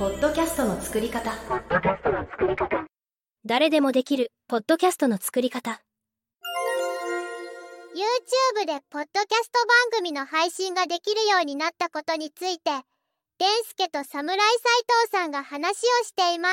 ッドキャストの作り方。 誰でもできるポッドキャストの作り方。 YouTube でポッドキャスト番組の配信ができるようになったことについて、デンスケと侍斉藤さんが話をしています。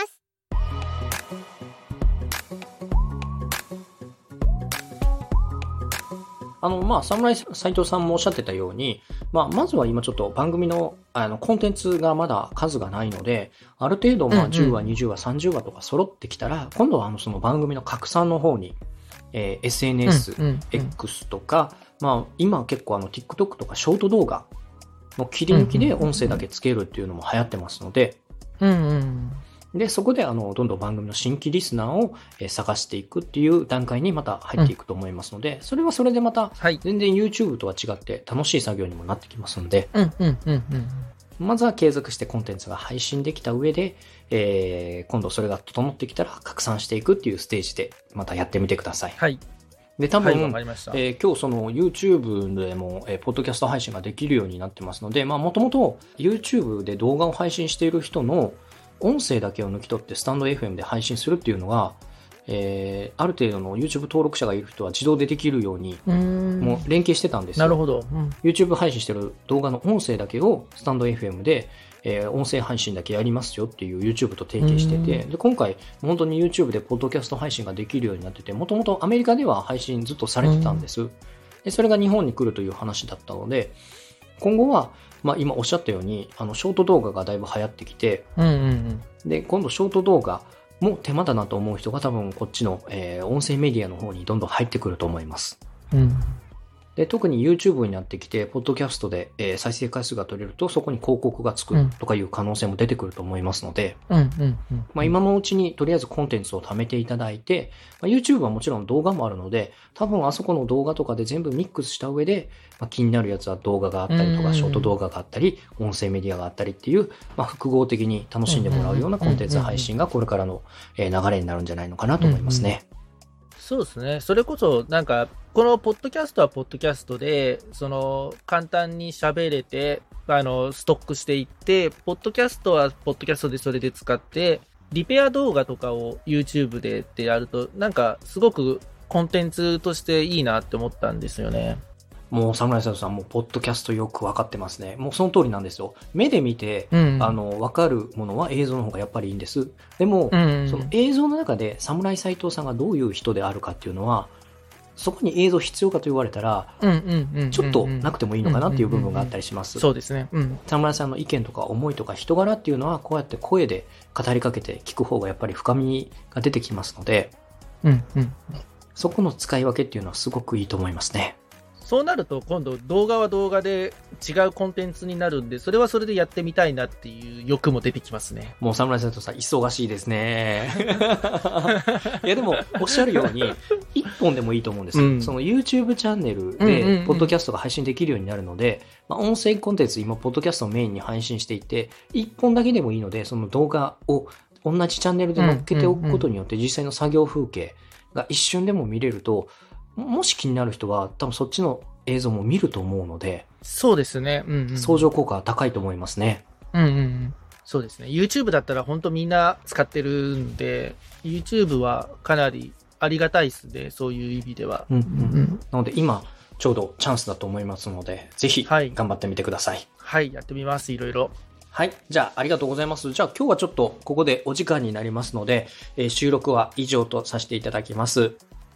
侍斉藤さんもおっしゃってたように、まずは今ちょっと番組のコンテンツがまだ数がないので、ある程度10話、20話、30話とか揃ってきたら、今度はその番組の拡散の方に、SNS、X とか、今結構TikTok とかショート動画の切り抜きで音声だけつけるっていうのも流行ってますので、で、そこでどんどん番組の新規リスナーを探していくっていう段階にまた入っていくと思いますので、それはそれでまた全然 YouTube とは違って楽しい作業にもなってきますので、まずは継続してコンテンツが配信できた上で、今度それが整ってきたら拡散していくっていうステージでまたやってみてください。 はい。 で、多分、 わかりました。 今日その YouTube でも、ポッドキャスト配信ができるようになってますので、もともと YouTube で動画を配信している人の音声だけを抜き取ってスタンド FM で配信するっていうのが、ある程度の YouTube 登録者がいる人は自動でできるようにもう連携してたんですよ。 なるほど。 YouTube 配信してる動画の音声だけをスタンド FM で、音声配信だけやりますよっていう YouTube と提携してて、で今回本当に YouTube でポッドキャスト配信ができるようになってて、もともとアメリカでは配信ずっとされてたんです。でそれが日本に来るという話だったので、今後は今おっしゃったようにショート動画がだいぶ流行ってきて、で今度ショート動画も手間だなと思う人が多分こっちの、音声メディアの方にどんどん入ってくると思います。で特に YouTube になってきてポッドキャストで、再生回数が取れるとそこに広告がつくとかいう可能性も出てくると思いますので、今のうちにとりあえずコンテンツを貯めていただいて、YouTube はもちろん動画もあるので、多分あそこの動画とかで全部ミックスした上で、気になるやつは動画があったりとか、ショート動画があったり、音声メディアがあったりっていう、複合的に楽しんでもらうようなコンテンツ配信がこれからの流れになるんじゃないのかなと思いますね。 そうですね。それこそ、このポッドキャストはポッドキャストで、簡単に喋れて、ストックしていって、ポッドキャストはポッドキャストでそれで使って、リペア動画とかを YouTube でってやると、すごくコンテンツとしていいなって思ったんですよね。 もう侍さんもポッドキャストよく分かってますね。もうその通りなんですよ。目で見て、分かるものは映像の方がやっぱりいいんです。でも、その映像の中で侍斉藤さんがどういう人であるかっていうのは、そこに映像必要かと言われたら、ちょっとなくてもいいのかなっていう部分があったりします。 そうですね。 侍さんの意見とか思いとか人柄っていうのは、こうやって声で語りかけて聞く方がやっぱり深みが出てきますので、そこの使い分けっていうのはすごくいいと思いますね。 そうなると今度動画は動画で違うコンテンツになるんで、それはそれでやってみたいなっていう欲も出てきますね。 もう侍斉藤さん忙しいですね。いやでもおっしゃるように一本でもいいと思うんです。その YouTube チャンネルでポッドキャストが配信できるようになるので、音声コンテンツ今ポッドキャストをメインに配信していて、一本だけでもいいのでその動画を同じチャンネルで載っけておくことによって実際の作業風景が一瞬でも見れると、もし気になる人は多分そっちの映像も見ると思うので、 そうですね。 相乗効果は高いと思いますね。 そうですね。YouTube だったら本当みんな使ってるんで、YouTube はかなりありがたいですね。そういう意味では。なので今ちょうどチャンスだと思いますので、ぜひ頑張ってみてください。 はい、やってみます。いろいろ。 はい。じゃあ、ありがとうございます。じゃあ、今日はちょっとここでお時間になりますので、収録は以上とさせていただきます。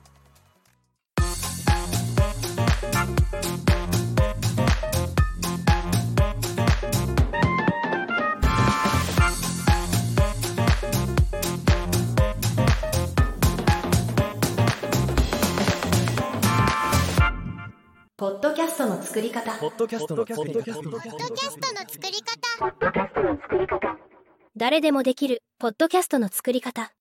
ポッドキャストの作り方。 誰でもできるポッドキャストの作り方。